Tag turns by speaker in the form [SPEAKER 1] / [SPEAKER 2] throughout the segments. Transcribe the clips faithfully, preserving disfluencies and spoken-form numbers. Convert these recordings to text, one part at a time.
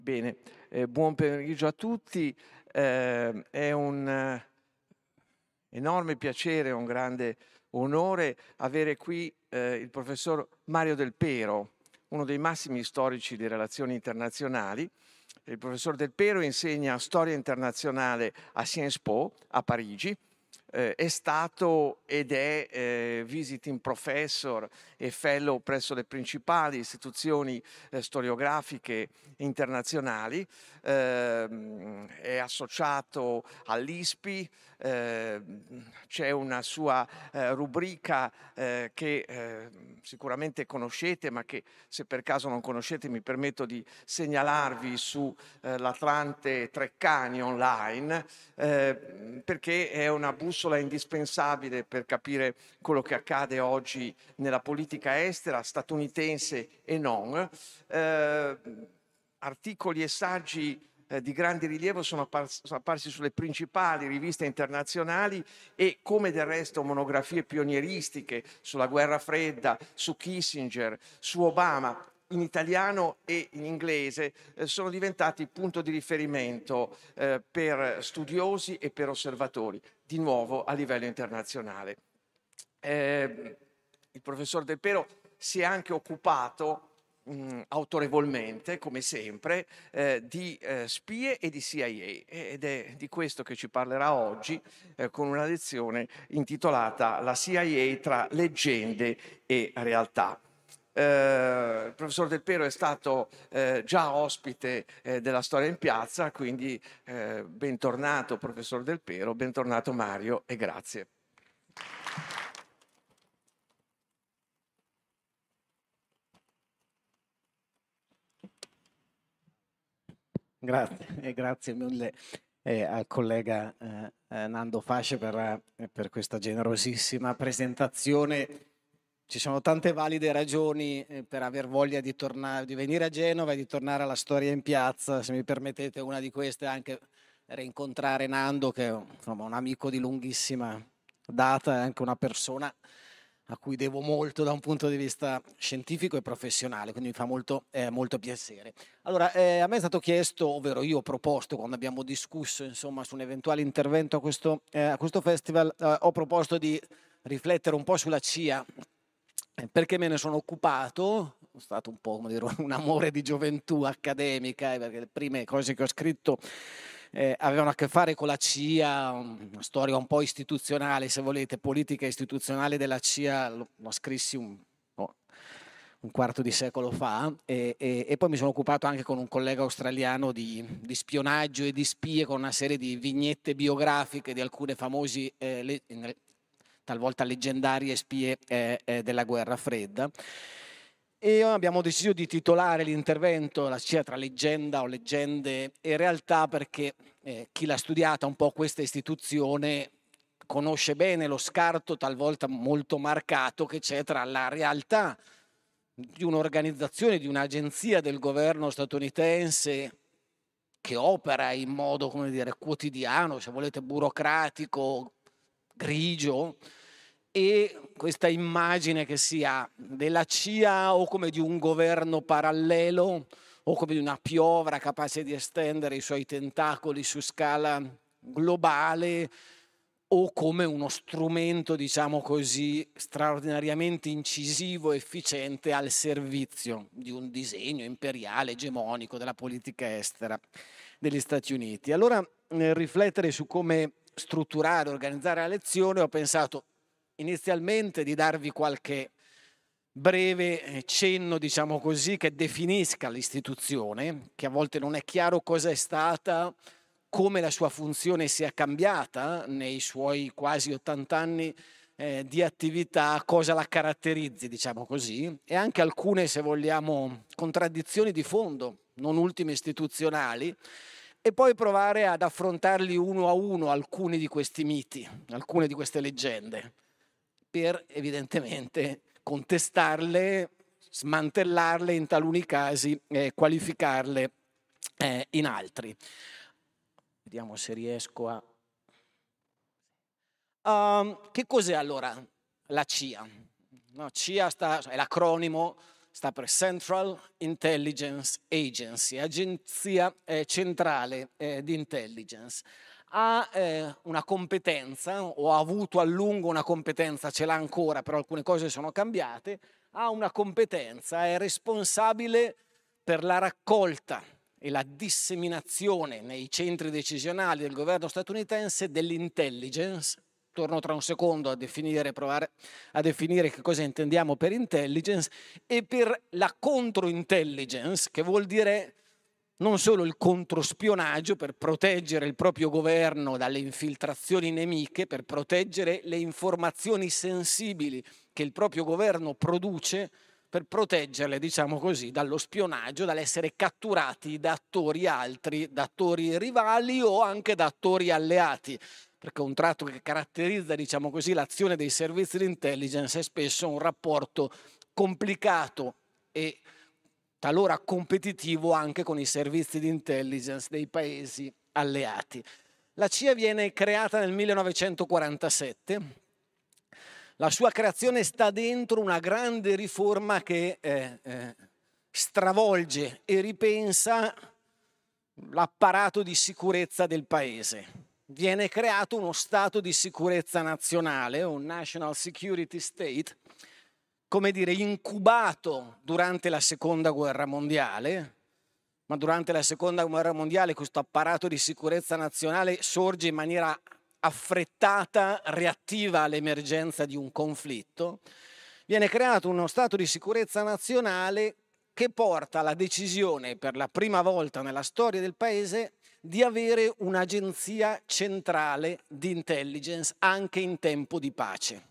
[SPEAKER 1] Bene, eh, buon pomeriggio a tutti. Eh, è un eh, enorme piacere, un grande onore avere qui eh, il professor Mario Del Pero, uno dei massimi storici di relazioni internazionali. Il professor Del Pero insegna storia internazionale a Sciences Po a Parigi. Eh, è stato ed è eh, visiting professor e fellow presso le principali istituzioni eh, storiografiche internazionali, eh, è associato all'I S P I, eh, c'è una sua eh, rubrica eh, che eh, sicuramente conoscete, ma che se per caso non conoscete mi permetto di segnalarvi su eh, l'Atlante Treccani online, eh, perché è una bussola indispensabile per capire quello che accade oggi nella politica estera statunitense e non. Eh, articoli e saggi eh, di grande rilievo sono, appars- sono apparsi sulle principali riviste internazionali e, come del resto, monografie pionieristiche sulla guerra fredda, su Kissinger, su Obama, in italiano e in inglese, eh, sono diventati punto di riferimento eh, per studiosi e per osservatori, di nuovo a livello internazionale. Eh, il professor Del Pero si è anche occupato mh, autorevolmente, come sempre, eh, di eh, spie e di C I A, ed è di questo che ci parlerà oggi eh, con una lezione intitolata La C I A tra leggende e realtà. Eh, il professor Del Pero è stato eh, già ospite eh, della Storia in Piazza, quindi eh, bentornato professor Del Pero, bentornato Mario e grazie.
[SPEAKER 2] Grazie e grazie mille eh, al collega eh, eh, Nando Fasce per, eh, per questa generosissima presentazione. Ci sono tante valide ragioni eh, per aver voglia di, tornare, di venire a Genova e di tornare alla Storia in Piazza. Se mi permettete, una di queste è anche rincontrare Nando, che è insomma, un amico di lunghissima data e anche una persona a cui devo molto da un punto di vista scientifico e professionale, quindi mi fa molto, eh, molto piacere. Allora, eh, a me è stato chiesto, ovvero io ho proposto, quando abbiamo discusso insomma, su un eventuale intervento a questo, eh, a questo festival, eh, ho proposto di riflettere un po' sulla C I A, perché me ne sono occupato, è stato un po' come dire, un amore di gioventù accademica, perché le prime cose che ho scritto eh, avevano a che fare con la C I A, una storia un po' istituzionale, se volete, politica istituzionale della C I A, lo, lo scrissi un, oh, un quarto di secolo fa e, e, e poi mi sono occupato anche con un collega australiano di, di spionaggio e di spie, con una serie di vignette biografiche di alcune famosi eh, le, talvolta leggendarie spie eh, eh, della guerra fredda. E abbiamo deciso di titolare l'intervento La C I A tra leggenda o leggende e realtà, perché eh, chi l'ha studiata un po' questa istituzione conosce bene lo scarto talvolta molto marcato che c'è tra la realtà di un'organizzazione, di un'agenzia del governo statunitense che opera in modo, come dire, quotidiano, se volete burocratico, grigio, e questa immagine che si ha della C I A o come di un governo parallelo o come di una piovra capace di estendere i suoi tentacoli su scala globale o come uno strumento, diciamo così, straordinariamente incisivo e efficiente al servizio di un disegno imperiale, egemonico della politica estera degli Stati Uniti. Allora, nel riflettere su come strutturare, organizzare la lezione, ho pensato inizialmente di darvi qualche breve cenno, diciamo così, che definisca l'istituzione, che a volte non è chiaro cosa è stata, come la sua funzione sia cambiata nei suoi quasi ottanta anni eh, di attività, cosa la caratterizzi, diciamo così, e anche alcune, se vogliamo, contraddizioni di fondo, non ultime istituzionali, e poi provare ad affrontarli uno a uno alcuni di questi miti, alcune di queste leggende, per evidentemente contestarle, smantellarle in taluni casi e qualificarle eh, in altri. Vediamo se riesco a... Um, che cos'è allora la C I A? No, C I A sta, è l'acronimo sta per Central Intelligence Agency, agenzia eh, centrale eh, di intelligence. Ha eh, una competenza, o ha avuto a lungo una competenza, ce l'ha ancora, però alcune cose sono cambiate, ha una competenza, è responsabile per la raccolta e la disseminazione nei centri decisionali del governo statunitense dell'intelligence. Torno tra un secondo a definire, provare a definire che cosa intendiamo per intelligence, e per la controintelligence, che vuol dire non solo il controspionaggio per proteggere il proprio governo dalle infiltrazioni nemiche, per proteggere le informazioni sensibili che il proprio governo produce, per proteggerle, diciamo così, dallo spionaggio, dall'essere catturati da attori altri, da attori rivali o anche da attori alleati, perché un tratto che caratterizza, diciamo così, l'azione dei servizi di intelligence è spesso un rapporto complicato e talora competitivo anche con i servizi di intelligence dei paesi alleati. La C I A viene creata nel millenovecentoquarantasette. La sua creazione sta dentro una grande riforma che eh, eh, stravolge e ripensa l'apparato di sicurezza del paese. Viene creato uno stato di sicurezza nazionale, un National Security State, come dire, incubato durante la Seconda Guerra Mondiale, ma durante la Seconda Guerra Mondiale questo apparato di sicurezza nazionale sorge in maniera affrettata, reattiva all'emergenza di un conflitto. Viene creato uno stato di sicurezza nazionale che porta alla decisione, per la prima volta nella storia del paese, di avere un'agenzia centrale di intelligence anche in tempo di pace.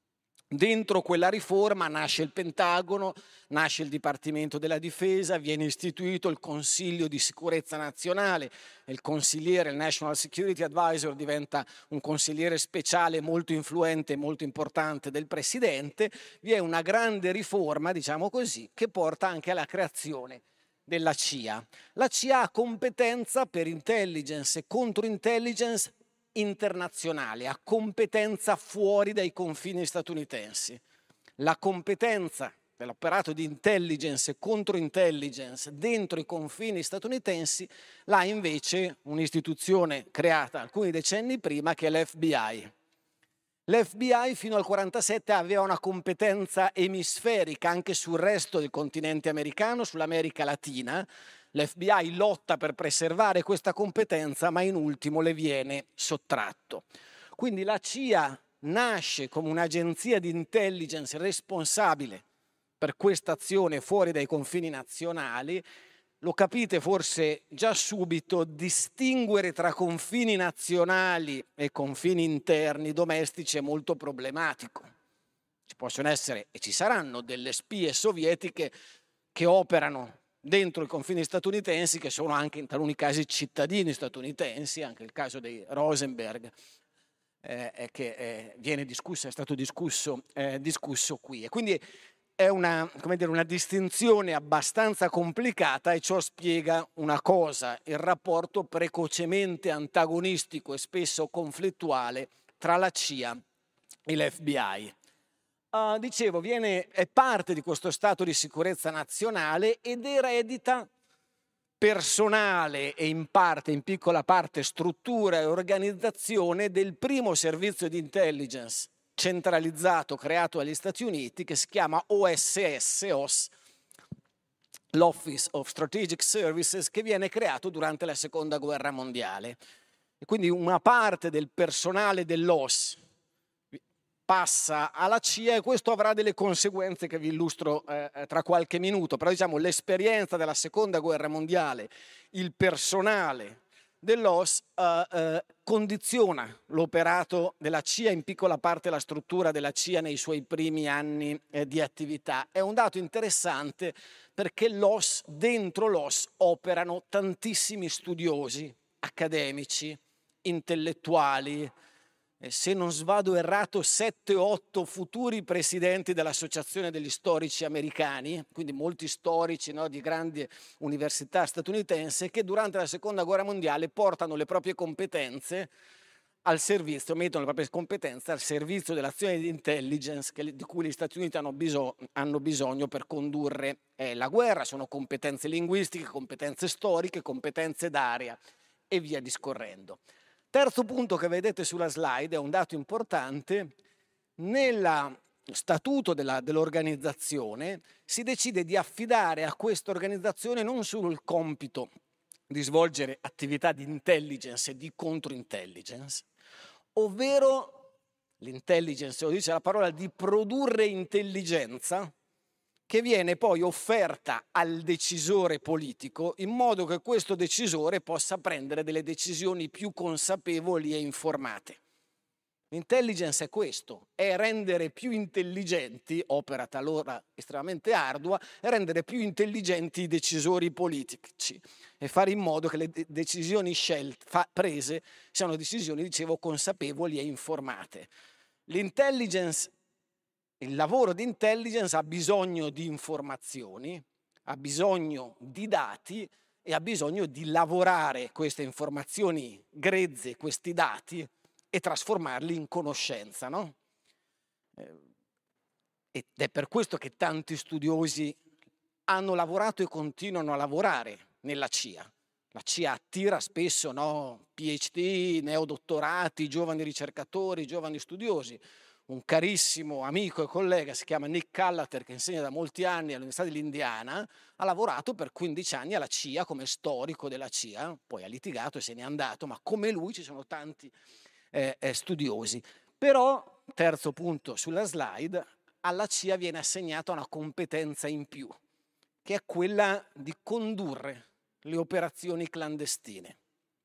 [SPEAKER 2] Dentro quella riforma nasce il Pentagono, nasce il Dipartimento della Difesa, viene istituito il Consiglio di Sicurezza Nazionale, il consigliere, il National Security Advisor, diventa un consigliere speciale molto influente e molto importante del Presidente. Vi è una grande riforma, diciamo così, che porta anche alla creazione della C I A. La C I A ha competenza per intelligence e contro-intelligence internazionale, ha competenza fuori dai confini statunitensi. La competenza dell'apparato di intelligence e contro-intelligence dentro i confini statunitensi l'ha invece un'istituzione creata alcuni decenni prima, che è l'F B I. L'F B I fino al quarantasette aveva una competenza emisferica anche sul resto del continente americano, sull'America Latina. L'F B I lotta per preservare questa competenza, ma in ultimo le viene sottratto. Quindi la C I A nasce come un'agenzia di intelligence responsabile per questa azione fuori dai confini nazionali. Lo capite forse già subito, distinguere tra confini nazionali e confini interni domestici è molto problematico. Ci possono essere e ci saranno delle spie sovietiche che operano dentro i confini statunitensi, che sono anche in taluni casi cittadini statunitensi, anche il caso dei Rosenberg, eh, che eh, viene discusso, è stato discusso, eh, discusso qui. E quindi è una, come dire, una distinzione abbastanza complicata, e ciò spiega una cosa: il rapporto precocemente antagonistico e spesso conflittuale tra la C I A e l'F B I. Uh, dicevo, viene, è parte di questo stato di sicurezza nazionale ed eredita personale e in parte, in piccola parte, struttura e organizzazione del primo servizio di intelligence centralizzato creato dagli Stati Uniti, che si chiama O S S, O S, l'Office of Strategic Services, che viene creato durante la Seconda Guerra Mondiale. E quindi una parte del personale dell'O S passa alla C I A, e questo avrà delle conseguenze che vi illustro eh, tra qualche minuto. Però diciamo l'esperienza della Seconda Guerra Mondiale, il personale dell'O S eh, eh, condiziona l'operato della C I A, in piccola parte la struttura della C I A nei suoi primi anni eh, di attività. È un dato interessante perché l'O S, dentro l'O S operano tantissimi studiosi, accademici, intellettuali, e se non svado errato sette o otto futuri presidenti dell'Associazione degli Storici Americani, quindi molti storici, no, di grandi università statunitensi, che durante la Seconda Guerra Mondiale portano le proprie competenze al servizio, mettono le proprie competenze al servizio dell'azione di intelligence che, di cui gli Stati Uniti hanno, bisog- hanno bisogno per condurre eh, la guerra. Sono competenze linguistiche, competenze storiche, competenze d'area e via discorrendo. Terzo punto che vedete sulla slide è un dato importante. Nel statuto della, dell'organizzazione si decide di affidare a questa organizzazione non solo il compito di svolgere attività di intelligence e di counterintelligence, ovvero l'intelligence, lo dice la parola, di produrre intelligenza che viene poi offerta al decisore politico in modo che questo decisore possa prendere delle decisioni più consapevoli e informate. L'intelligence è questo, è rendere più intelligenti, opera talora estremamente ardua, è rendere più intelligenti i decisori politici e fare in modo che le decisioni scelte, fa, prese siano decisioni, dicevo, consapevoli e informate. L'intelligence, il lavoro di intelligence ha bisogno di informazioni, ha bisogno di dati e ha bisogno di lavorare queste informazioni grezze, questi dati, e trasformarli in conoscenza, no? Ed è per questo che tanti studiosi hanno lavorato e continuano a lavorare nella C I A. La C I A attira spesso, no, P H D, neodottorati, giovani ricercatori, giovani studiosi. Un carissimo amico e collega si chiama Nick Callater, che insegna da molti anni all'Università dell'Indiana, ha lavorato per quindici anni alla C I A come storico della C I A, poi ha litigato e se n'è andato, ma come lui ci sono tanti Eh, eh, studiosi. Però, terzo punto sulla slide, alla C I A viene assegnata una competenza in più, che è quella di condurre le operazioni clandestine,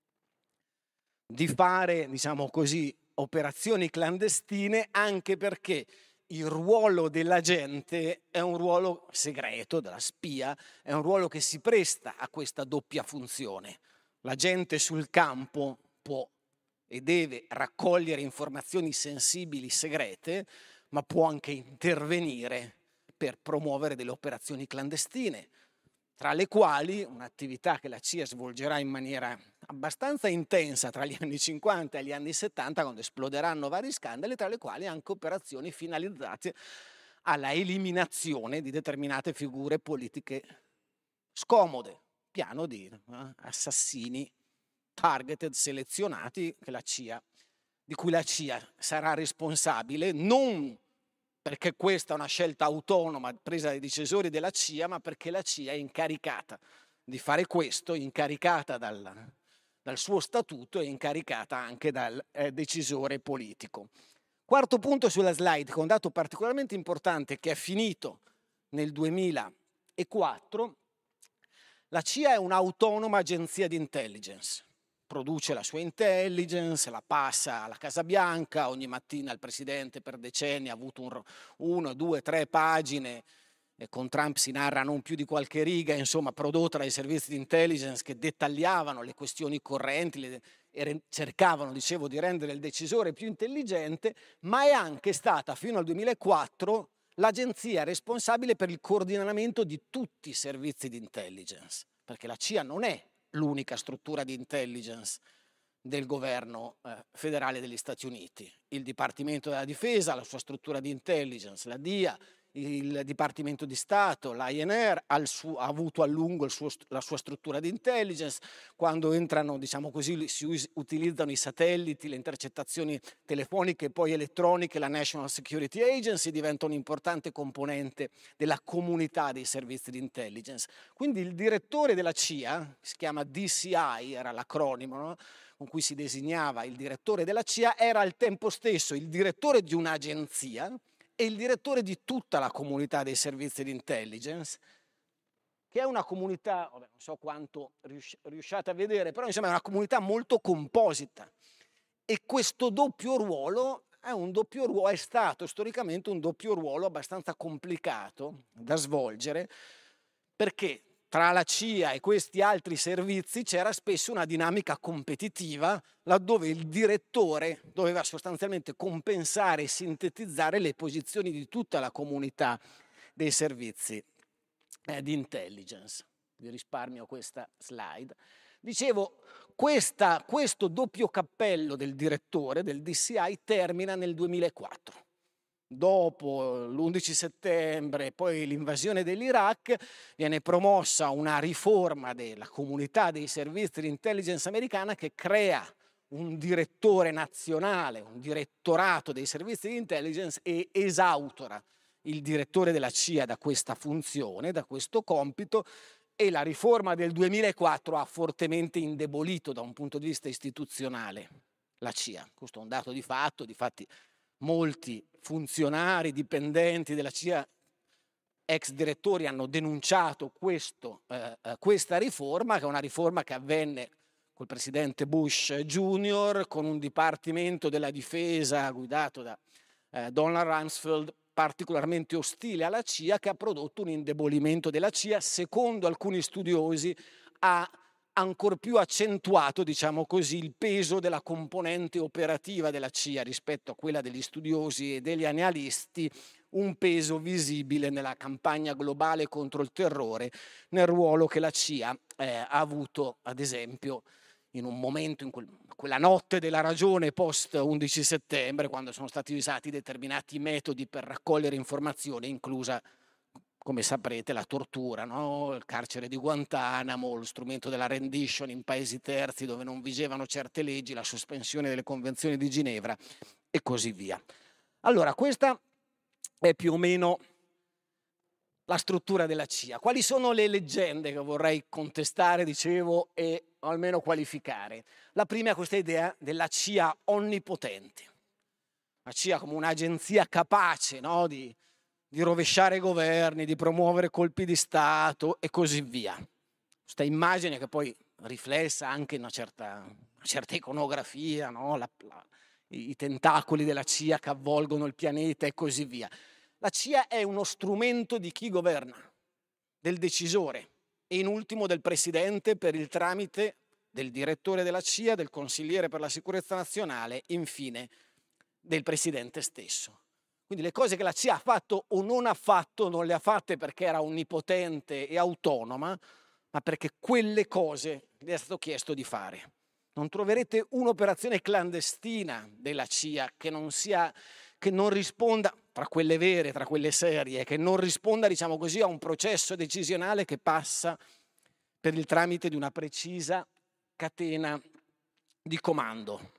[SPEAKER 2] di fare, diciamo così, operazioni clandestine, anche perché il ruolo dell'agente è un ruolo segreto, della spia, è un ruolo che si presta a questa doppia funzione. L'agente sul campo può e deve raccogliere informazioni sensibili, segrete, ma può anche intervenire per promuovere delle operazioni clandestine, tra le quali un'attività che la C I A svolgerà in maniera abbastanza intensa tra gli anni cinquanta e gli anni settanta, quando esploderanno vari scandali, tra le quali anche operazioni finalizzate alla eliminazione di determinate figure politiche scomode, piano di eh, assassini targeted, selezionati, che la C I A, di cui la C I A sarà responsabile, non perché questa è una scelta autonoma presa dai decisori della C I A, ma perché la C I A è incaricata di fare questo, incaricata dal, dal suo statuto e incaricata anche dal eh, decisore politico. Quarto punto sulla slide, che è un dato particolarmente importante che è finito nel duemilaquattro, la C I A è un'autonoma agenzia di intelligence. Produce la sua intelligence, la passa alla Casa Bianca, ogni mattina il presidente per decenni ha avuto un, uno, due, tre pagine, e con Trump si narra non più di qualche riga, insomma, prodotta dai servizi di intelligence che dettagliavano le questioni correnti le, e cercavano, dicevo, di rendere il decisore più intelligente, ma è anche stata fino al duemilaquattro l'agenzia responsabile per il coordinamento di tutti i servizi di intelligence, perché la C I A non è l'unica struttura di intelligence del governo eh, federale degli Stati Uniti. Il Dipartimento della Difesa, la sua struttura di intelligence, la D I A, il Dipartimento di Stato, l'I N R ha, suo, ha avuto a lungo il suo, la sua struttura di intelligence. Quando entrano, diciamo così, si us- utilizzano i satelliti, le intercettazioni telefoniche e poi elettroniche, la National Security Agency diventa un importante componente della comunità dei servizi di intelligence. Quindi il direttore della C I A, si chiama D C I, era l'acronimo, no? Con cui si designava il direttore della C I A, era al tempo stesso il direttore di un'agenzia e il direttore di tutta la comunità dei servizi di intelligence, che è una comunità, vabbè, non so quanto riusciate a vedere, però insomma è una comunità molto composita. E questo doppio ruolo è un doppio ruolo, è stato storicamente un doppio ruolo abbastanza complicato da svolgere, perché tra la C I A e questi altri servizi c'era spesso una dinamica competitiva, laddove il direttore doveva sostanzialmente compensare e sintetizzare le posizioni di tutta la comunità dei servizi eh, di intelligence. Vi risparmio questa slide. Dicevo, questa, questo doppio cappello del direttore del D C I termina nel duemilaquattro. Dopo l'undici settembre, poi l'invasione dell'Iraq, viene promossa una riforma della comunità dei servizi di intelligence americana che crea un direttore nazionale, un direttorato dei servizi di intelligence e esautora il direttore della C I A da questa funzione, da questo compito, e la riforma del duemilaquattro ha fortemente indebolito da un punto di vista istituzionale la C I A. Questo è un dato di fatto, difatti molti funzionari, dipendenti della C I A, ex direttori, hanno denunciato questo, eh, questa riforma, che è una riforma che avvenne col presidente Bush Junior, con un dipartimento della difesa guidato da eh, Donald Rumsfeld particolarmente ostile alla C I A, che ha prodotto un indebolimento della C I A, secondo alcuni studiosi ha ancor più accentuato, diciamo così, il peso della componente operativa della C I A rispetto a quella degli studiosi e degli analisti, un peso visibile nella campagna globale contro il terrore, nel ruolo che la C I A eh, ha avuto, ad esempio, in un momento, in quel, quella notte della ragione post undici settembre, quando sono stati usati determinati metodi per raccogliere informazioni, inclusa, come saprete, la tortura, no? Il carcere di Guantanamo, lo strumento della rendition in paesi terzi dove non vigevano certe leggi, la sospensione delle convenzioni di Ginevra e così via. Allora, questa è più o meno la struttura della C I A. Quali sono le leggende che vorrei contestare, dicevo, e almeno qualificare? La prima è questa idea della C I A onnipotente. La C I A come un'agenzia capace, no? di, di rovesciare governi, di promuovere colpi di Stato e così via. Questa immagine che poi riflessa anche in una certa, una certa iconografia, no? la, la, i tentacoli della C I A che avvolgono il pianeta e così via. La C I A è uno strumento di chi governa, del decisore e in ultimo del presidente per il tramite del direttore della C I A, del consigliere per la sicurezza nazionale, infine del presidente stesso. Quindi le cose che la C I A ha fatto o non ha fatto non le ha fatte perché era onnipotente e autonoma, ma perché quelle cose le è stato chiesto di fare. Non troverete un'operazione clandestina della C I A che non sia, che non risponda, tra quelle vere, tra quelle serie, che non risponda, diciamo così, a un processo decisionale che passa per il tramite di una precisa catena di comando.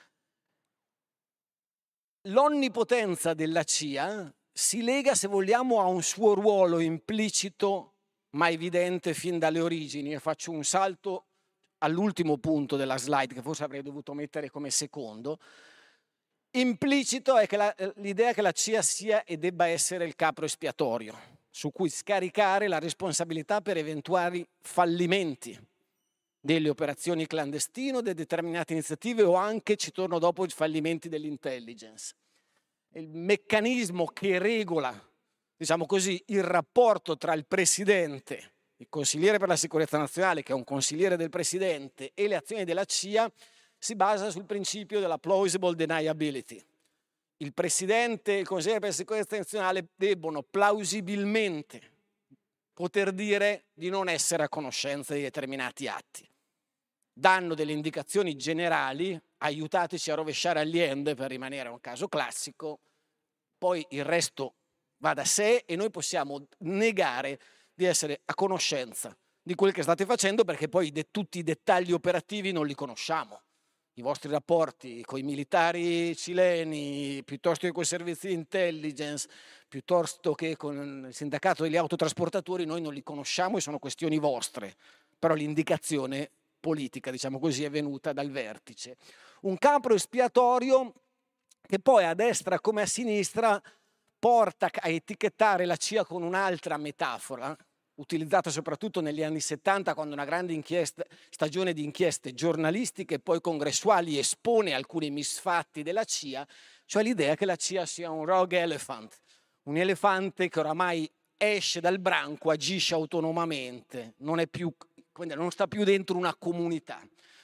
[SPEAKER 2] L'onnipotenza della C I A si lega, se vogliamo, a un suo ruolo implicito ma evidente fin dalle origini. Io faccio un salto all'ultimo punto della slide, che forse avrei dovuto mettere come secondo. Implicito è che la, l'idea che la C I A sia e debba essere il capro espiatorio su cui scaricare la responsabilità per eventuali fallimenti delle operazioni clandestine, di determinate iniziative o anche, ci torno dopo, i fallimenti dell'intelligence. Il meccanismo che regola, diciamo così, il rapporto tra il presidente, il consigliere per la sicurezza nazionale, che è un consigliere del presidente, e le azioni della C I A si basa sul principio della plausible deniability. Il presidente e il consigliere per la sicurezza nazionale debbono plausibilmente poter dire di non essere a conoscenza di determinati atti. Danno delle indicazioni generali, aiutateci a rovesciare agli end per rimanere un caso classico, poi il resto va da sé e noi possiamo negare di essere a conoscenza di quel che state facendo perché poi de- tutti i dettagli operativi non li conosciamo. I vostri rapporti con i militari cileni, piuttosto che con i servizi di intelligence, piuttosto che con il sindacato degli autotrasportatori, noi non li conosciamo e sono questioni vostre, però l'indicazione politica, diciamo così, è venuta dal vertice. Un capro espiatorio che poi a destra come a sinistra porta a etichettare la C I A con un'altra metafora, utilizzata soprattutto negli anni settanta, quando una grande inchiesta, stagione di inchieste giornalistiche e poi congressuali espone alcuni misfatti della C I A, cioè l'idea che la C I A sia un rogue elephant, un elefante che oramai esce dal branco, agisce autonomamente, non è più, non sta più dentro una comunità.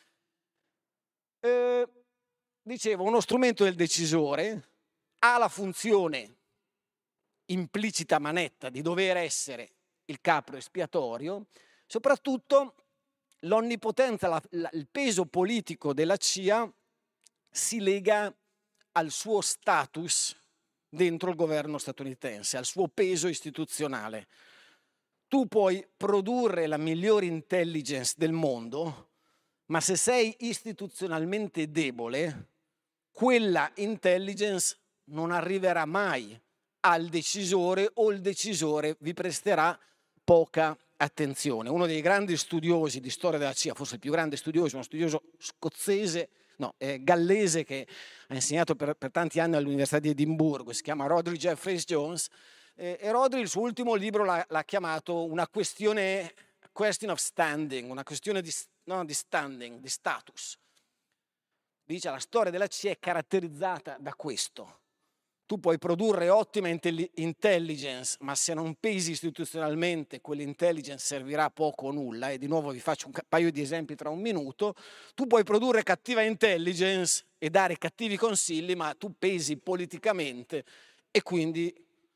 [SPEAKER 2] Eh, dicevo, uno strumento del decisore ha la funzione implicita ma netta di dover essere il capro espiatorio, soprattutto l'onnipotenza, la, la, il peso politico della C I A si lega al suo status dentro il governo statunitense, al suo peso istituzionale. Tu puoi produrre la migliore intelligence del mondo, ma se sei istituzionalmente debole, quella intelligence non arriverà mai al decisore o il decisore vi presterà poca attenzione. Uno dei grandi studiosi di storia della C I A, forse il più grande studioso, uno studioso scozzese, no, eh, gallese che ha insegnato per, per tanti anni all'Università di Edimburgo, si chiama Rhodri Jeffreys Jones, eh, e Rhodri il suo ultimo libro l'ha, l'ha chiamato una questione, question of standing, una questione di, no, di standing, di status. Dice la storia della C I A è caratterizzata da questo. Tu puoi produrre ottima intelligence, ma se non pesi istituzionalmente, quell'intelligence servirà poco o nulla, e di nuovo vi faccio un paio di esempi tra un minuto. Tu puoi produrre cattiva intelligence e dare cattivi consigli, ma tu pesi politicamente e quindi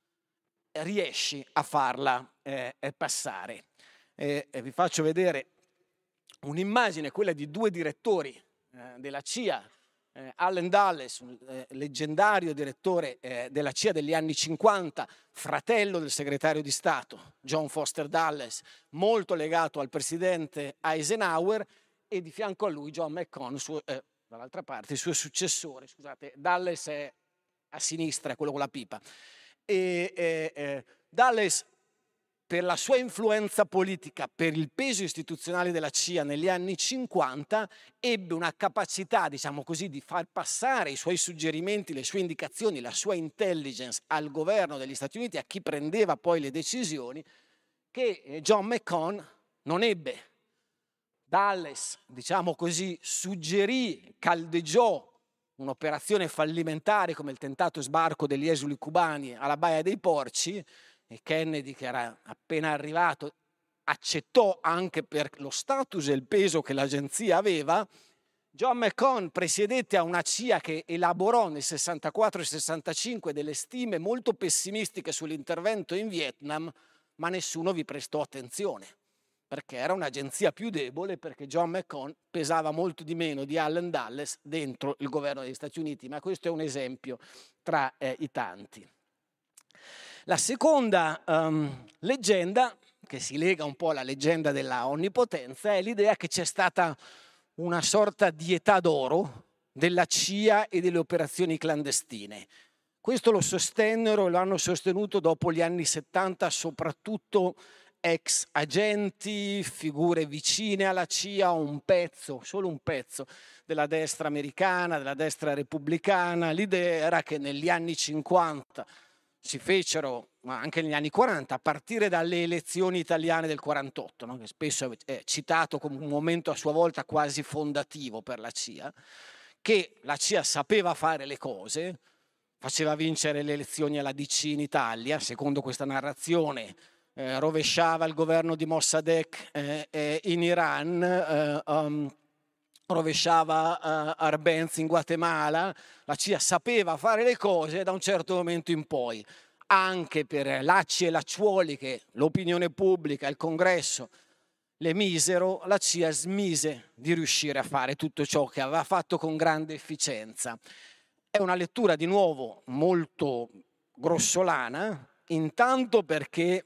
[SPEAKER 2] riesci a farla eh, passare. Eh, vi faccio vedere un'immagine, quella di due direttori eh, della C I A, Eh, Allen Dulles, un eh, leggendario direttore eh, della C I A degli anni cinquanta, fratello del segretario di Stato John Foster Dulles, molto legato al presidente Eisenhower, e di fianco a lui John McCone, suo, eh, dall'altra parte il suo successore. Scusate, Dulles è a sinistra, è quello con la pipa. E, eh, eh, Dulles, per la sua influenza politica, per il peso istituzionale della C I A negli anni cinquanta, ebbe una capacità, diciamo così, di far passare i suoi suggerimenti, le sue indicazioni, la sua intelligence al governo degli Stati Uniti, a chi prendeva poi le decisioni, che John McCone non ebbe. Dulles, diciamo così, suggerì, caldeggiò un'operazione fallimentare come il tentato sbarco degli esuli cubani alla Baia dei Porci, e Kennedy, che era appena arrivato, accettò anche per lo status e il peso che l'agenzia aveva. John McCone presiedette a una C I A che elaborò nel sessantaquattro e sessantacinque delle stime molto pessimistiche sull'intervento in Vietnam, ma nessuno vi prestò attenzione, perché era un'agenzia più debole, perché John McCone pesava molto di meno di Allen Dulles dentro il governo degli Stati Uniti, ma questo è un esempio tra eh, i tanti. La seconda um, leggenda, che si lega un po' alla leggenda della onnipotenza, è l'idea che c'è stata una sorta di età d'oro della C I A e delle operazioni clandestine. Questo lo sostennero e lo hanno sostenuto dopo gli anni settanta soprattutto ex agenti, figure vicine alla C I A, un pezzo, solo un pezzo della destra americana, della destra repubblicana. L'idea era che negli anni cinquanta si fecero, ma anche negli anni quaranta, a partire dalle elezioni italiane del quarantotto, no? Che spesso è citato come un momento a sua volta quasi fondativo per la C I A, che la C I A sapeva fare le cose, faceva vincere le elezioni alla D C in Italia, secondo questa narrazione, eh, rovesciava il governo di Mossadegh eh, eh, in Iran, eh, um, rovesciava uh, Arbenz in Guatemala. La C I A sapeva fare le cose da un certo momento in poi, anche per lacci e lacciuoli che l'opinione pubblica, il Congresso le misero, la C I A smise di riuscire a fare tutto ciò che aveva fatto con grande efficienza. È una lettura di nuovo molto grossolana, intanto perché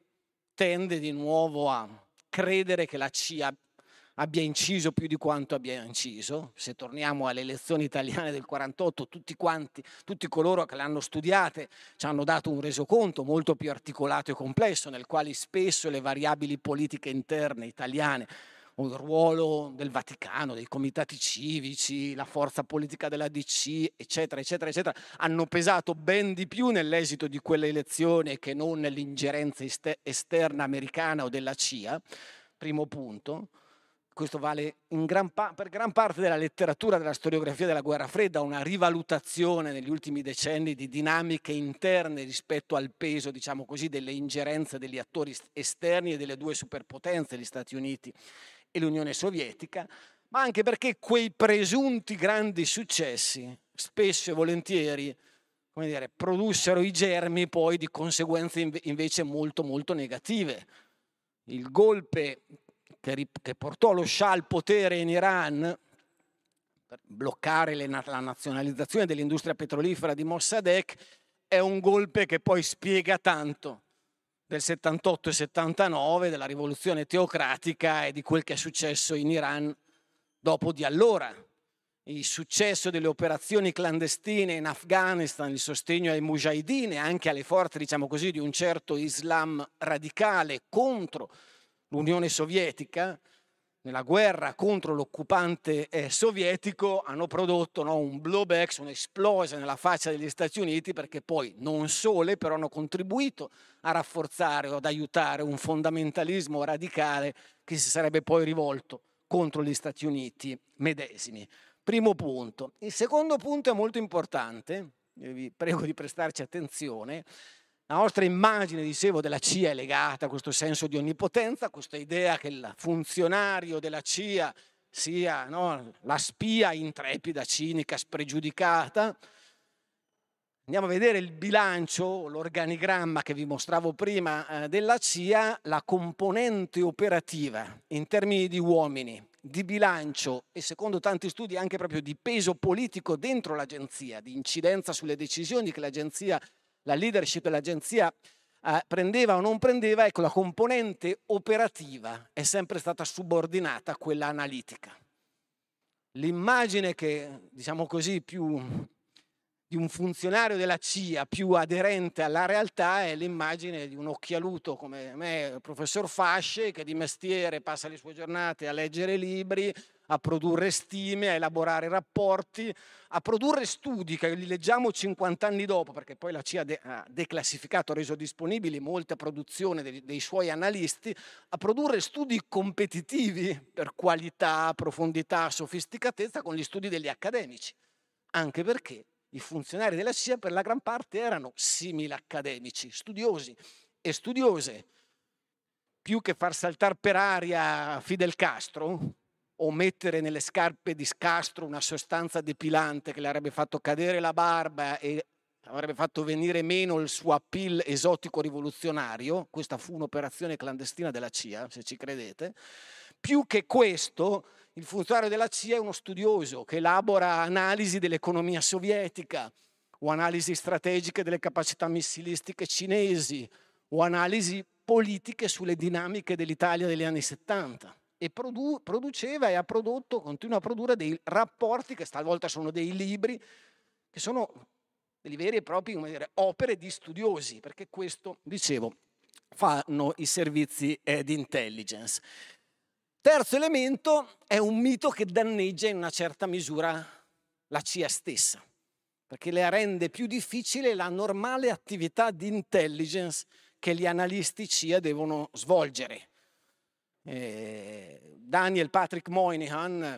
[SPEAKER 2] tende di nuovo a credere che la C I A abbia inciso più di quanto abbia inciso. Se torniamo alle elezioni italiane del quarantotto, tutti quanti, tutti coloro che le hanno studiate ci hanno dato un resoconto molto più articolato e complesso, nel quale spesso le variabili politiche interne italiane, o il ruolo del Vaticano, dei comitati civici, la forza politica della D C, eccetera, eccetera, eccetera, hanno pesato ben di più nell'esito di quelle elezioni che non nell'ingerenza esterna americana o della C I A. Primo punto. Questo vale in gran pa- per gran parte della letteratura della storiografia della guerra fredda, una rivalutazione negli ultimi decenni di dinamiche interne rispetto al peso, diciamo così, delle ingerenze degli attori esterni e delle due superpotenze, gli Stati Uniti e l'Unione Sovietica, ma anche perché quei presunti grandi successi spesso e volentieri, come dire, produssero i germi poi di conseguenze invece molto molto negative. Il golpe che, che portò lo Shah al potere in Iran per bloccare le, la nazionalizzazione dell'industria petrolifera di Mossadegh, è un golpe che poi spiega tanto del settantotto e settantanove, della rivoluzione teocratica e di quel che è successo in Iran dopo di allora. Il successo delle operazioni clandestine in Afghanistan, il sostegno ai mujahideen e anche alle forze, diciamo così, di un certo Islam radicale contro l'Unione Sovietica, nella guerra contro l'occupante eh, sovietico, hanno prodotto no, un blowback, un'esplosione nella faccia degli Stati Uniti, perché poi non sole, però hanno contribuito a rafforzare o ad aiutare un fondamentalismo radicale che si sarebbe poi rivolto contro gli Stati Uniti medesimi. Primo punto. Il secondo punto è molto importante, vi prego di prestarci attenzione. La nostra immagine, dicevo, della C I A è legata a questo senso di onnipotenza, a questa idea che il funzionario della C I A sia no, la spia intrepida, cinica, spregiudicata. Andiamo a vedere il bilancio, l'organigramma che vi mostravo prima eh, della C I A, la componente operativa in termini di uomini, di bilancio e secondo tanti studi anche proprio di peso politico dentro l'agenzia, di incidenza sulle decisioni che l'agenzia, la leadership dell'agenzia eh, prendeva o non prendeva, ecco la componente operativa è sempre stata subordinata a quella analitica. L'immagine che, diciamo così, più di un funzionario della C I A più aderente alla realtà è l'immagine di un occhialuto come me, il professor Fasce, che di mestiere passa le sue giornate a leggere libri, a produrre stime, a elaborare rapporti, a produrre studi che li leggiamo cinquanta anni dopo, perché poi la C I A de- ha declassificato, ha reso disponibili molta produzione dei, dei suoi analisti, a produrre studi competitivi per qualità, profondità, sofisticatezza con gli studi degli accademici, anche perché i funzionari della C I A per la gran parte erano simili accademici, studiosi e studiose. Più che far saltare per aria Fidel Castro o mettere nelle scarpe di Castro una sostanza depilante che le avrebbe fatto cadere la barba e avrebbe fatto venire meno il suo appeal esotico rivoluzionario, questa fu un'operazione clandestina della C I A, se ci credete, più che questo il funzionario della C I A è uno studioso che elabora analisi dell'economia sovietica o analisi strategiche delle capacità missilistiche cinesi o analisi politiche sulle dinamiche dell'Italia degli anni settanta e produ- produceva e ha prodotto, continua a produrre dei rapporti che talvolta sono dei libri che sono delle vere e proprie come dire, opere di studiosi, perché questo, dicevo, fanno i servizi eh, di intelligence. Terzo elemento è un mito che danneggia in una certa misura la C I A stessa, perché le rende più difficile la normale attività di intelligence che gli analisti C I A devono svolgere. Eh, Daniel Patrick Moynihan,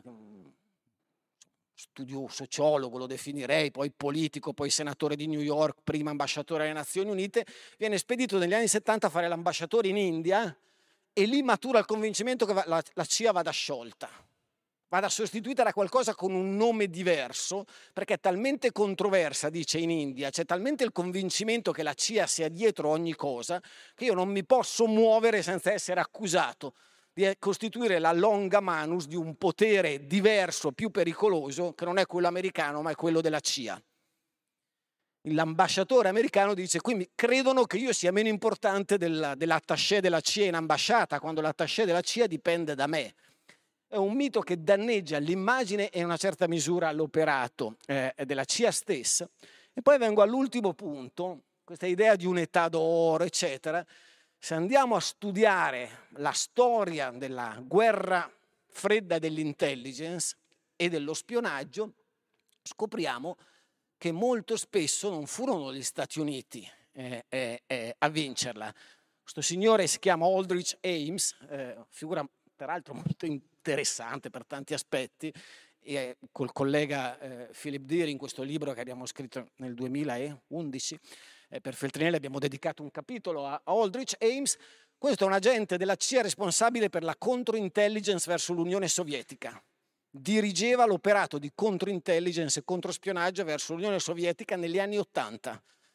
[SPEAKER 2] studio sociologo lo definirei, poi politico, poi senatore di New York, prima ambasciatore alle Nazioni Unite, viene spedito negli anni settanta a fare l'ambasciatore in India e lì matura il convincimento che la, la C I A vada sciolta, vada sostituita da qualcosa con un nome diverso, perché è talmente controversa, dice in India, c'è talmente il convincimento che la C I A sia dietro ogni cosa, che io non mi posso muovere senza essere accusato di costituire la longa manus di un potere diverso, più pericoloso, che non è quello americano, ma è quello della C I A. L'ambasciatore americano dice, quindi credono che io sia meno importante dell'attaché della C I A in ambasciata, quando l'attaché della C I A dipende da me. È un mito che danneggia l'immagine e in una certa misura l'operato eh, della C I A stessa. E poi vengo all'ultimo punto, questa idea di un'età d'oro, eccetera. Se andiamo a studiare la storia della guerra fredda dell'intelligence e dello spionaggio, scopriamo che molto spesso non furono gli Stati Uniti eh, eh, eh, a vincerla. Questo signore si chiama Aldrich Ames, eh, figura peraltro molto interessante per tanti aspetti, e col collega eh, Philip Deere in questo libro che abbiamo scritto nel duemilaundici, eh, per Feltrinelli abbiamo dedicato un capitolo a, a Aldrich Ames. Questo è un agente della C I A responsabile per la controintelligence verso l'Unione Sovietica. Dirigeva l'operato di controintelligence e controspionaggio verso l'Unione Sovietica negli anni Ottanta.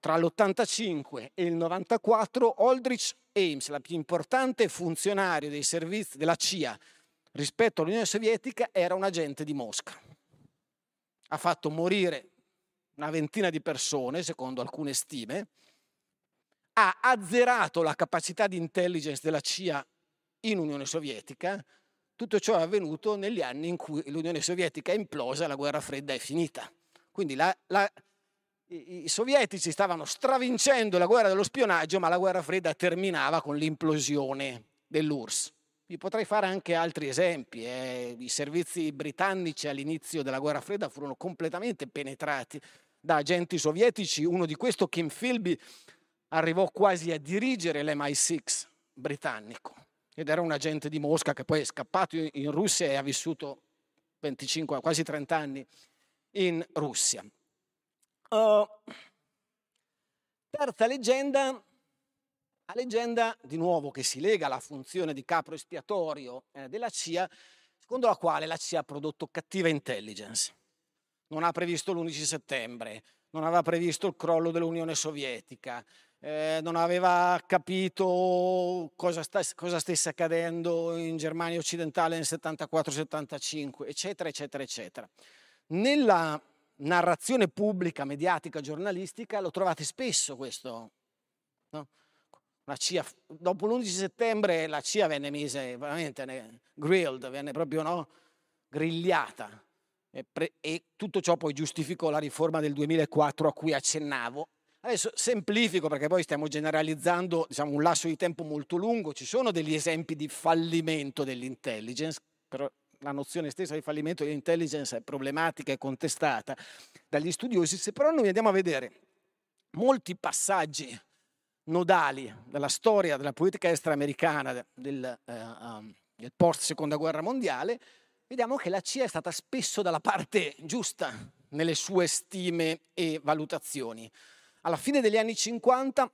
[SPEAKER 2] tra l'ottantacinque e il novantaquattro Aldrich Ames, la più importante funzionario dei servizi della C I A rispetto all'Unione Sovietica, era un agente di Mosca. Ha fatto morire una ventina di persone, secondo alcune stime, ha azzerato la capacità di intelligence della C I A in Unione Sovietica. Tutto ciò è avvenuto negli anni in cui l'Unione Sovietica è implosa e la guerra fredda è finita. Quindi la, la, i, i sovietici stavano stravincendo la guerra dello spionaggio, ma la guerra fredda terminava con l'implosione dell'U R S S. Vi potrei fare anche altri esempi. Eh. I servizi britannici all'inizio della guerra fredda furono completamente penetrati da agenti sovietici. Uno di questi, Kim Philby, arrivò quasi a dirigere l'M I sei britannico ed era un agente di Mosca che poi è scappato in Russia e ha vissuto venticinque, quasi trenta anni in Russia. Uh, terza leggenda, la leggenda di nuovo che si lega alla funzione di capro espiatorio eh, della C I A, secondo la quale la C I A ha prodotto cattiva intelligence. Non ha previsto l'undici settembre, non aveva previsto il crollo dell'Unione Sovietica, eh, non aveva capito cosa, sta, cosa stesse accadendo in Germania occidentale nel settantaquattro settantacinque, eccetera, eccetera, eccetera. Nella narrazione pubblica, mediatica, giornalistica lo trovate spesso questo, no? La C I A, dopo l'undici settembre la C I A venne mise veramente grilled, venne proprio no, grigliata. E, pre, e tutto ciò poi giustificò la riforma del duemilaquattro a cui accennavo. Adesso semplifico perché poi stiamo generalizzando, diciamo, un lasso di tempo molto lungo. Ci sono degli esempi di fallimento dell'intelligence, però la nozione stessa di fallimento dell'intelligence è problematica e contestata dagli studiosi. Se però noi andiamo a vedere molti passaggi nodali della storia della politica estera americana del, eh, um, del post seconda guerra mondiale, vediamo che la C I A è stata spesso dalla parte giusta nelle sue stime e valutazioni. Alla fine degli anni cinquanta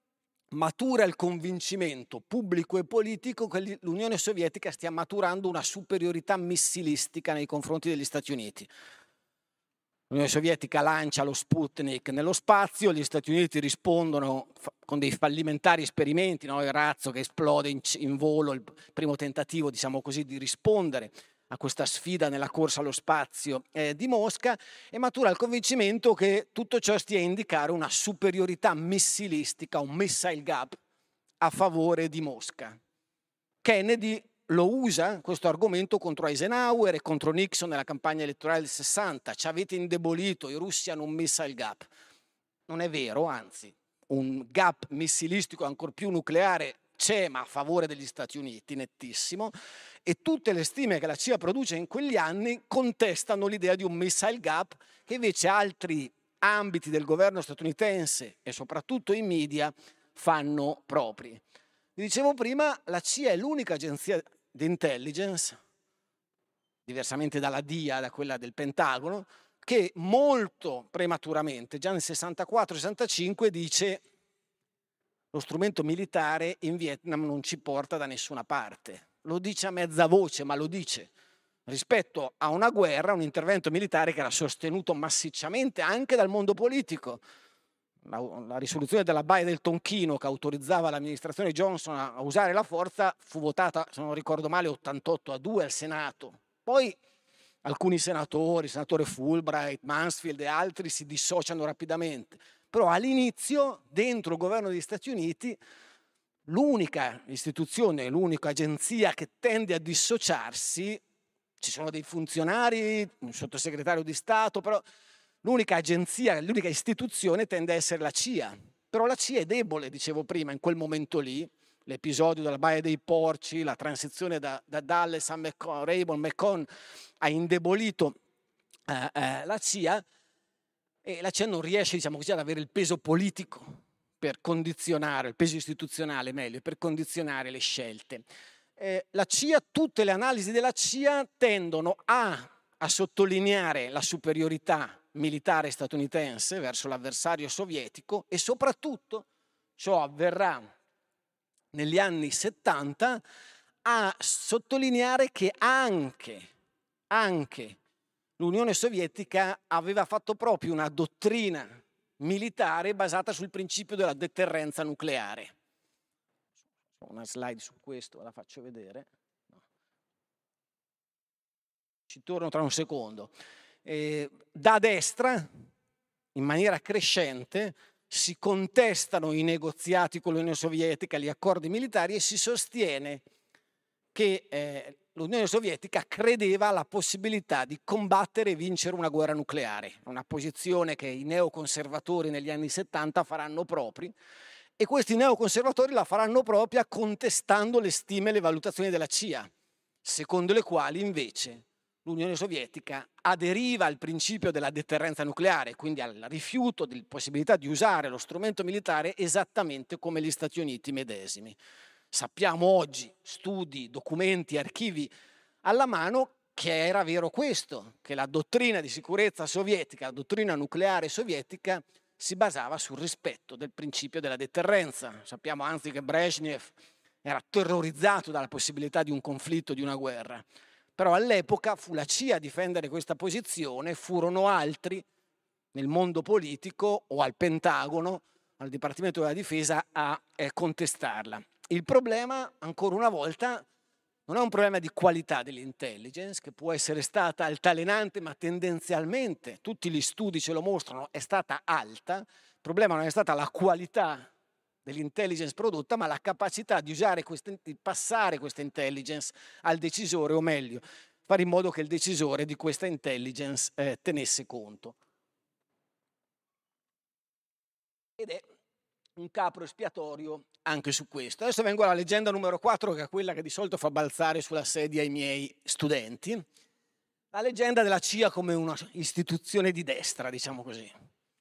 [SPEAKER 2] matura il convincimento pubblico e politico che l'Unione Sovietica stia maturando una superiorità missilistica nei confronti degli Stati Uniti. L'Unione Sovietica lancia lo Sputnik nello spazio, gli Stati Uniti rispondono con dei fallimentari esperimenti, no? Il razzo che esplode in, in volo, il primo tentativo, diciamo così, di rispondere a questa sfida nella corsa allo spazio eh, di Mosca, e matura il convincimento che tutto ciò stia a indicare una superiorità missilistica, un missile gap a favore di Mosca. Kennedy lo usa, questo argomento, contro Eisenhower e contro Nixon nella campagna elettorale del sessanta. Ci avete indebolito, i russi hanno un missile gap. Non è vero, anzi, un gap missilistico ancor più nucleare c'è, ma a favore degli Stati Uniti, nettissimo, e tutte le stime che la C I A produce in quegli anni contestano l'idea di un missile gap che invece altri ambiti del governo statunitense e soprattutto i media fanno propri. Vi dicevo prima, la C I A è l'unica agenzia di intelligence, diversamente dalla D I A, da quella del Pentagono, che molto prematuramente, già nel sessantaquattro sessantacinque, dice: lo strumento militare in Vietnam non ci porta da nessuna parte. Lo dice a mezza voce, ma lo dice rispetto a una guerra, un intervento militare che era sostenuto massicciamente anche dal mondo politico. La, la risoluzione della Baia del Tonchino che autorizzava l'amministrazione Johnson a, a usare la forza fu votata, se non ricordo male, ottantotto a due al Senato. Poi alcuni senatori, il senatore Fulbright, Mansfield e altri si dissociano rapidamente. Però all'inizio, dentro il governo degli Stati Uniti, l'unica istituzione, l'unica agenzia che tende a dissociarsi, ci sono dei funzionari, un sottosegretario di Stato, però l'unica agenzia, l'unica istituzione tende a essere la C I A. Però la C I A è debole, dicevo prima, in quel momento lì, l'episodio della Baia dei Porci, la transizione da, da Dulles a McCon, Rayburn, McCon ha indebolito eh, eh, la C I A, e la C I A non riesce, diciamo così, ad avere il peso politico per condizionare, il peso istituzionale meglio, per condizionare le scelte. Eh, la C I A, tutte le analisi della C I A tendono a, a sottolineare la superiorità militare statunitense verso l'avversario sovietico, e soprattutto ciò avverrà negli anni settanta a sottolineare che anche, anche l'Unione Sovietica aveva fatto proprio una dottrina militare basata sul principio della deterrenza nucleare. Una slide su questo, la faccio vedere. No. Ci torno tra un secondo. Eh, da destra, in maniera crescente, si contestano i negoziati con l'Unione Sovietica, gli accordi militari, e si sostiene che eh, l'Unione Sovietica credeva alla possibilità di combattere e vincere una guerra nucleare, una posizione che i neoconservatori negli anni settanta faranno propri, e questi neoconservatori la faranno propria contestando le stime e le valutazioni della C I A, secondo le quali invece l'Unione Sovietica aderiva al principio della deterrenza nucleare, quindi al rifiuto della possibilità di usare lo strumento militare esattamente come gli Stati Uniti medesimi. Sappiamo oggi, studi, documenti, archivi alla mano, che era vero questo, che la dottrina di sicurezza sovietica, la dottrina nucleare sovietica, si basava sul rispetto del principio della deterrenza. Sappiamo anzi che Brezhnev era terrorizzato dalla possibilità di un conflitto, di una guerra. Però all'epoca fu la C I A a difendere questa posizione, furono altri nel mondo politico o al Pentagono, al Dipartimento della Difesa, a eh, contestarla. Il problema, ancora una volta, non è un problema di qualità dell'intelligence, che può essere stata altalenante, ma tendenzialmente, tutti gli studi ce lo mostrano, è stata alta. Il problema non è stata la qualità dell'intelligence prodotta, ma la capacità di usare queste, di passare questa intelligence al decisore, o meglio, fare in modo che il decisore di questa intelligence eh, tenesse conto. Ed è un capro espiatorio anche su questo. Adesso vengo alla leggenda numero quattro, che è quella che di solito fa balzare sulla sedia i miei studenti. La leggenda della C I A come una istituzione di destra, diciamo così.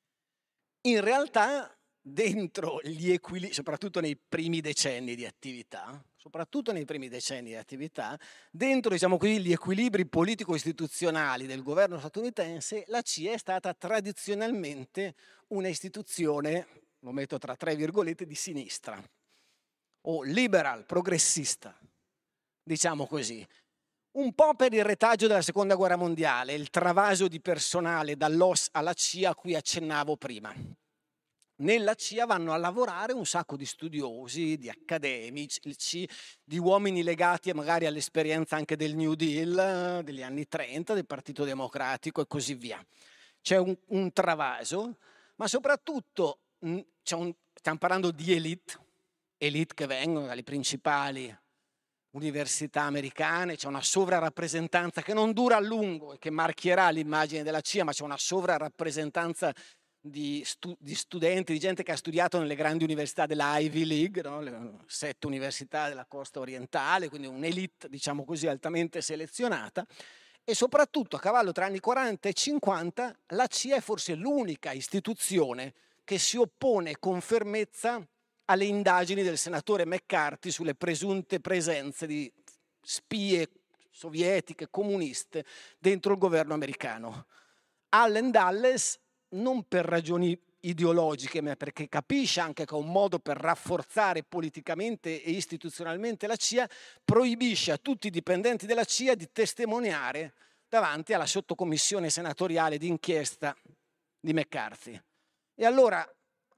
[SPEAKER 2] In realtà, dentro gli equilibri, soprattutto nei primi decenni di attività, soprattutto nei primi decenni di attività, dentro, diciamo così, gli equilibri politico-istituzionali del governo statunitense, la C I A è stata tradizionalmente una istituzione, lo metto tra tre virgolette, di sinistra, o liberal, progressista, diciamo così. Un po' per il retaggio della seconda guerra mondiale, il travaso di personale dall'O S alla C I A a cui accennavo prima. Nella C I A vanno a lavorare un sacco di studiosi, di accademici, di uomini legati magari all'esperienza anche del New Deal degli anni trenta, del Partito Democratico e così via. C'è un, un travaso, ma soprattutto c'è un, stiamo parlando di elite, elite che vengono dalle principali università americane, c'è una sovrarappresentanza che non dura a lungo e che marchierà l'immagine della C I A, ma c'è una sovrarappresentanza di, stu di studenti, di gente che ha studiato nelle grandi università della Ivy League, no? Le sette università della costa orientale, quindi un'elite, diciamo così, altamente selezionata. E soprattutto a cavallo tra anni quaranta e cinquanta la C I A è forse l'unica istituzione che si oppone con fermezza alle indagini del senatore McCarthy sulle presunte presenze di spie sovietiche, comuniste, dentro il governo americano. Allen Dulles, non per ragioni ideologiche, ma perché capisce anche che è un modo per rafforzare politicamente e istituzionalmente la C I A, proibisce a tutti i dipendenti della C I A di testimoniare davanti alla sottocommissione senatoriale d'inchiesta di McCarthy. E allora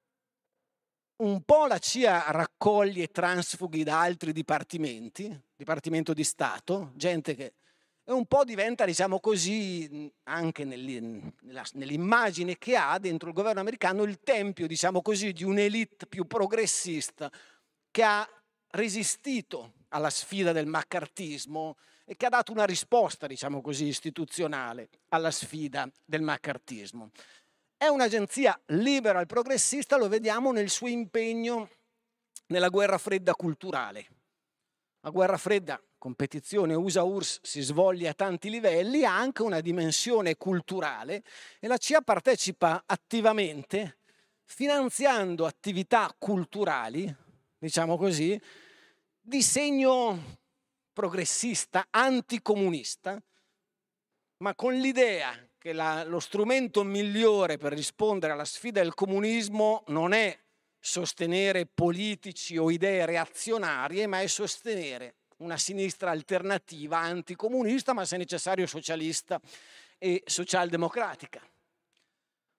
[SPEAKER 2] un po' la C I A raccoglie transfughi da altri dipartimenti, Dipartimento di Stato, gente che e un po' diventa, diciamo così, anche nell'immagine che ha dentro il governo americano, il tempio, diciamo così, di un'elite più progressista che ha resistito alla sfida del maccartismo e che ha dato una risposta, diciamo così, istituzionale alla sfida del maccartismo. È un'agenzia liberal progressista, lo vediamo nel suo impegno nella guerra fredda culturale. La guerra fredda, competizione U S A-U R S S, si svolge a tanti livelli, ha anche una dimensione culturale e la C I A partecipa attivamente finanziando attività culturali, diciamo così, di segno progressista, anticomunista, ma con l'idea che la, lo strumento migliore per rispondere alla sfida del comunismo non è sostenere politici o idee reazionarie, ma è sostenere una sinistra alternativa anticomunista, ma se necessario socialista e socialdemocratica.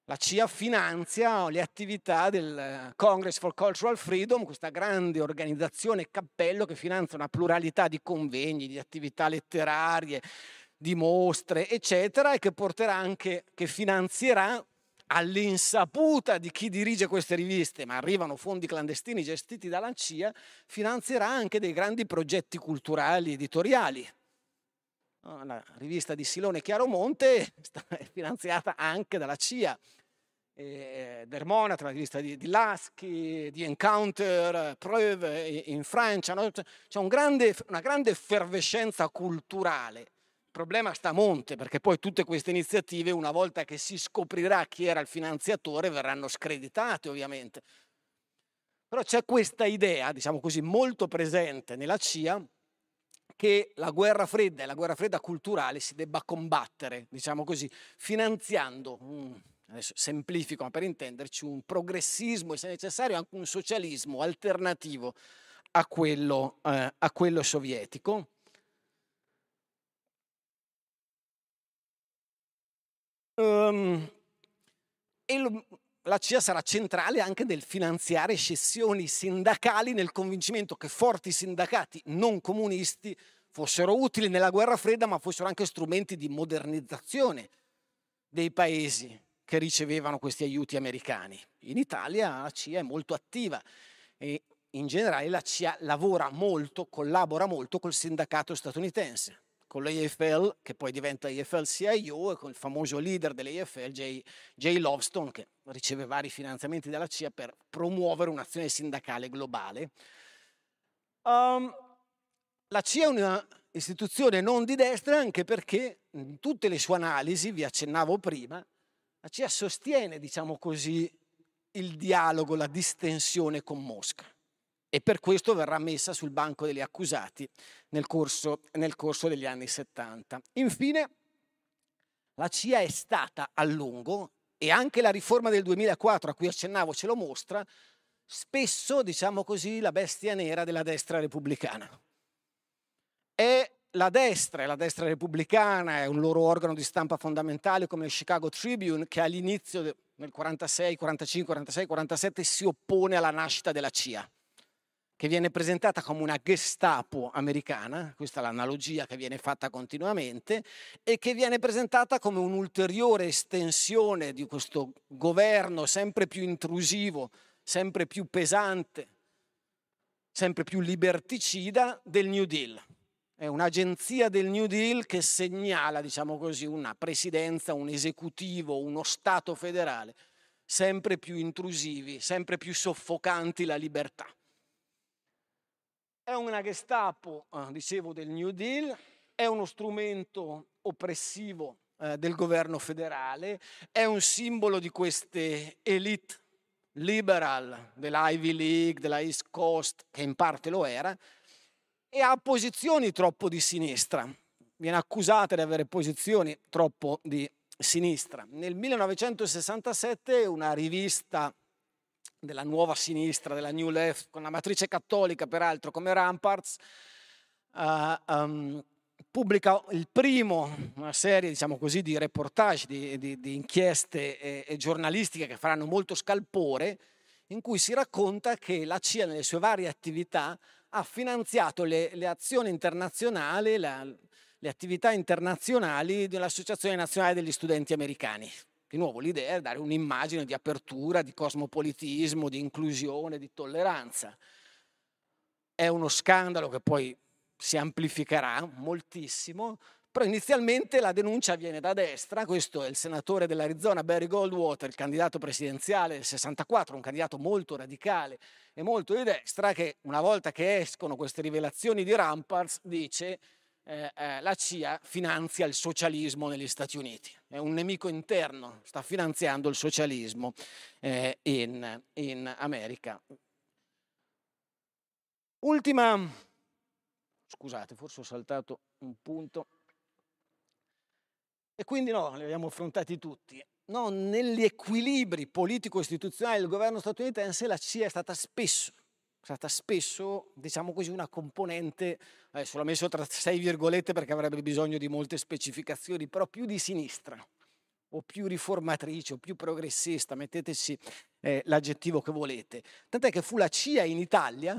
[SPEAKER 2] La C I A finanzia le attività del Congress for Cultural Freedom, questa grande organizzazione cappello che finanzia una pluralità di convegni, di attività letterarie, di mostre, eccetera, e che porterà anche, che finanzierà all'insaputa di chi dirige queste riviste, ma arrivano fondi clandestini gestiti dalla C I A, finanzierà anche dei grandi progetti culturali editoriali. La rivista di Silone Chiaromonte è finanziata anche dalla C I A. Eh, Dermonat, la rivista di, di Lasky, di Encounter, Preuve in Francia, no? C'è un grande, una grande effervescenza culturale. Il problema sta a monte, perché poi tutte queste iniziative, una volta che si scoprirà chi era il finanziatore, verranno screditate ovviamente. Però c'è questa idea, diciamo così, molto presente nella C I A, che la guerra fredda e la guerra fredda culturale si debba combattere, diciamo così, finanziando, adesso semplifico ma per intenderci, un progressismo e se necessario anche un socialismo alternativo a quello, eh, a quello sovietico. Um, e lo, la C I A sarà centrale anche nel finanziare scissioni sindacali nel convincimento che forti sindacati non comunisti fossero utili nella guerra fredda, ma fossero anche strumenti di modernizzazione dei paesi che ricevevano questi aiuti americani. In Italia la C I A è molto attiva e in generale la C I A lavora molto, collabora molto col sindacato statunitense, con l'A F L, che poi diventa A F L C I O, e con il famoso leader dell'A F L, Jay, Jay Lovestone, che riceve vari finanziamenti dalla C I A per promuovere un'azione sindacale globale. Um, la C I A è una istituzione non di destra anche perché in tutte le sue analisi, vi accennavo prima, la C I A sostiene, diciamo così, il dialogo, la distensione con Mosca. E per questo verrà messa sul banco degli accusati nel corso, nel corso degli anni settanta. Infine, la C I A è stata a lungo, e anche la riforma del duemilaquattro a cui accennavo ce lo mostra, spesso, diciamo così, la bestia nera della destra repubblicana. È la destra, e la destra repubblicana è un loro organo di stampa fondamentale come il Chicago Tribune, che all'inizio nel quarantasei, quarantacinque, quarantasei, quarantasette si oppone alla nascita della C I A, che viene presentata come una Gestapo americana, questa è l'analogia che viene fatta continuamente, e che viene presentata come un'ulteriore estensione di questo governo sempre più intrusivo, sempre più pesante, sempre più liberticida del New Deal. È un'agenzia del New Deal che segnala, diciamo così, una presidenza, un esecutivo, uno Stato federale sempre più intrusivi, sempre più soffocanti la libertà. È una Gestapo, eh, dicevo, del New Deal, è uno strumento oppressivo eh, del governo federale, è un simbolo di queste elite liberal dell'Ivy League, della East Coast, che in parte lo era, e ha posizioni troppo di sinistra. Viene accusata di avere posizioni troppo di sinistra. Nel millenovecentosessantasette una rivista della nuova sinistra, della New Left, con la matrice cattolica peraltro come Ramparts, uh, um, pubblica il primo, una serie diciamo così di reportage, di, di, di inchieste e, e giornalistiche che faranno molto scalpore, in cui si racconta che la C I A nelle sue varie attività ha finanziato le, le azioni internazionali, la, le attività internazionali dell'Associazione Nazionale degli Studenti Americani. Di nuovo l'idea è dare un'immagine di apertura, di cosmopolitismo, di inclusione, di tolleranza. È uno scandalo che poi si amplificherà moltissimo, però inizialmente la denuncia viene da destra. Questo è il senatore dell'Arizona Barry Goldwater, il candidato presidenziale del sessantaquattro, un candidato molto radicale e molto di destra, che una volta che escono queste rivelazioni di Ramparts dice eh, eh, la C I A finanzia il socialismo negli Stati Uniti, è un nemico interno, sta finanziando il socialismo eh, in, in America. Ultima, scusate, forse ho saltato un punto. E quindi no, li abbiamo affrontati tutti. No, negli equilibri politico-istituzionali del governo statunitense la C I A è stata spesso, è stata spesso, diciamo così, una componente, adesso l'ho messo tra sei virgolette perché avrebbe bisogno di molte specificazioni, però più di sinistra. o più riformatrice o più progressista, metteteci eh, l'aggettivo che volete. Tant'è che fu la C I A in Italia,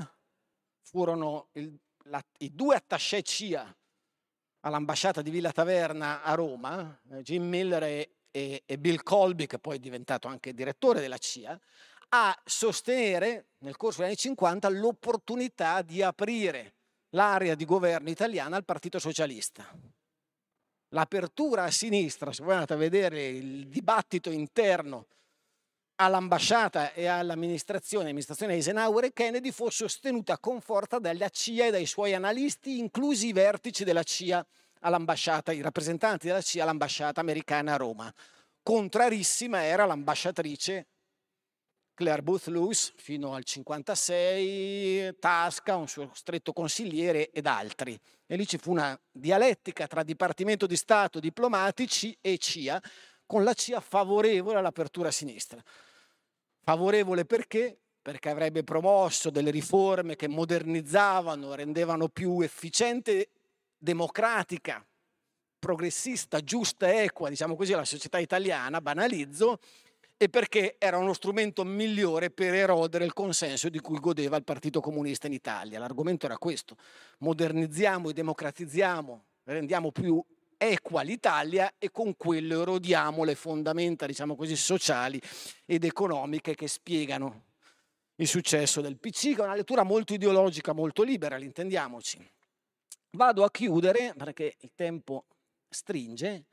[SPEAKER 2] furono il, la, i due attaché C I A all'ambasciata di Villa Taverna a Roma, eh, Jim Miller e, e, e Bill Colby, che poi è diventato anche direttore della C I A, a sostenere nel corso degli anni cinquanta l'opportunità di aprire l'area di governo italiana al Partito Socialista. L'apertura a sinistra, se voi andate a vedere il dibattito interno all'ambasciata e all'amministrazione, l'amministrazione Eisenhower e Kennedy, fu sostenuta con forza dalla C I A e dai suoi analisti, inclusi i vertici della C I A all'ambasciata, i rappresentanti della C I A all'ambasciata americana a Roma. Contrarissima era l'ambasciatrice Claire Booth Luce fino al cinquantasei, Tasca, un suo stretto consigliere ed altri. E lì ci fu una dialettica tra Dipartimento di Stato, diplomatici e C I A, con la C I A favorevole all'apertura a sinistra. Favorevole perché? Perché avrebbe promosso delle riforme che modernizzavano, rendevano più efficiente, democratica, progressista, giusta, equa, diciamo così, la società italiana, banalizzo, e perché era uno strumento migliore per erodere il consenso di cui godeva il Partito Comunista in Italia. L'argomento era questo: modernizziamo e democratizziamo, rendiamo più equa l'Italia e con quello erodiamo le fondamenta, diciamo così, sociali ed economiche che spiegano il successo del P C, che è una lettura molto ideologica, molto libera, intendiamoci. Vado a chiudere, perché il tempo stringe,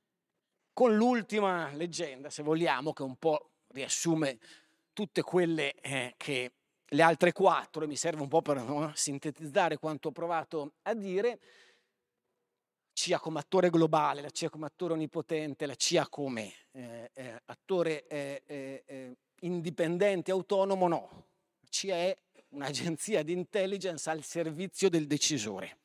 [SPEAKER 2] con l'ultima leggenda, se vogliamo, che un po' riassume tutte quelle eh, che le altre quattro, e mi serve un po' per no, sintetizzare quanto ho provato a dire. C I A come attore globale, la C I A come attore onnipotente, la C I A come eh, eh, attore eh, eh, indipendente, autonomo, no. La C I A è un'agenzia di intelligence al servizio del decisore.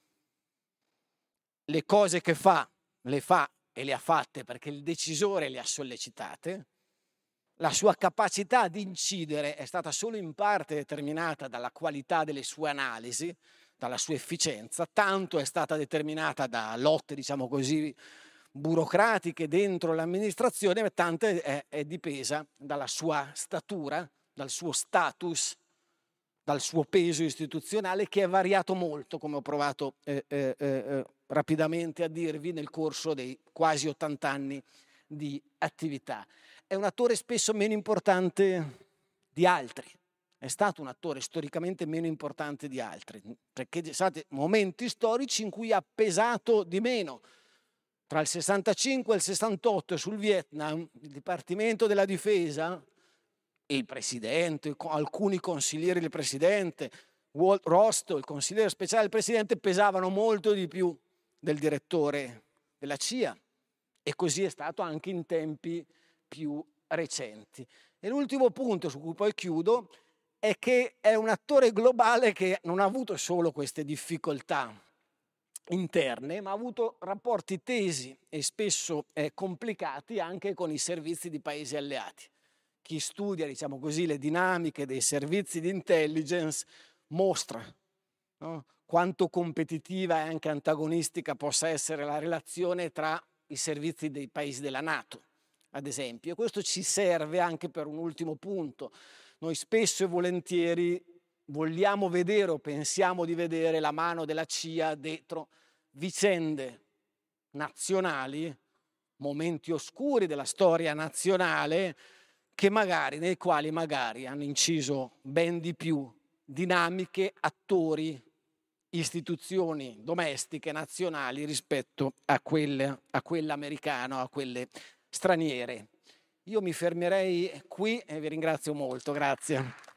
[SPEAKER 2] Le cose che fa, le fa e le ha fatte perché il decisore le ha sollecitate. La sua capacità di incidere è stata solo in parte determinata dalla qualità delle sue analisi, dalla sua efficienza, tanto è stata determinata da lotte, diciamo così, burocratiche dentro l'amministrazione, ma tanto è, è dipesa dalla sua statura, dal suo status, dal suo peso istituzionale, che è variato molto, come ho provato eh, eh, eh, rapidamente a dirvi nel corso dei quasi ottanta anni di attività. È un attore spesso meno importante di altri, è stato un attore storicamente meno importante di altri, perché ci sono stati momenti storici in cui ha pesato di meno. Tra il sessantacinque e il sessantotto sul Vietnam, il Dipartimento della Difesa e il Presidente, alcuni consiglieri del Presidente, Walt Rostow, il consigliere speciale del Presidente, pesavano molto di più del direttore della C I A, e così è stato anche in tempi più recenti. E l'ultimo punto su cui poi chiudo è che è un attore globale che non ha avuto solo queste difficoltà interne, ma ha avuto rapporti tesi e spesso eh, complicati anche con i servizi di paesi alleati. Chi studia, diciamo così, le dinamiche dei servizi di intelligence mostra, no, quanto competitiva e anche antagonistica possa essere la relazione tra i servizi dei paesi della NATO, ad esempio. E questo ci serve anche per un ultimo punto. Noi spesso e volentieri vogliamo vedere o pensiamo di vedere la mano della C I A dietro vicende nazionali, momenti oscuri della storia nazionale, che magari, nei quali magari hanno inciso ben di più dinamiche, attori, istituzioni domestiche, nazionali, rispetto a quelle, a quelle americane o a quelle straniere. Io mi fermerei qui e vi ringrazio molto, grazie.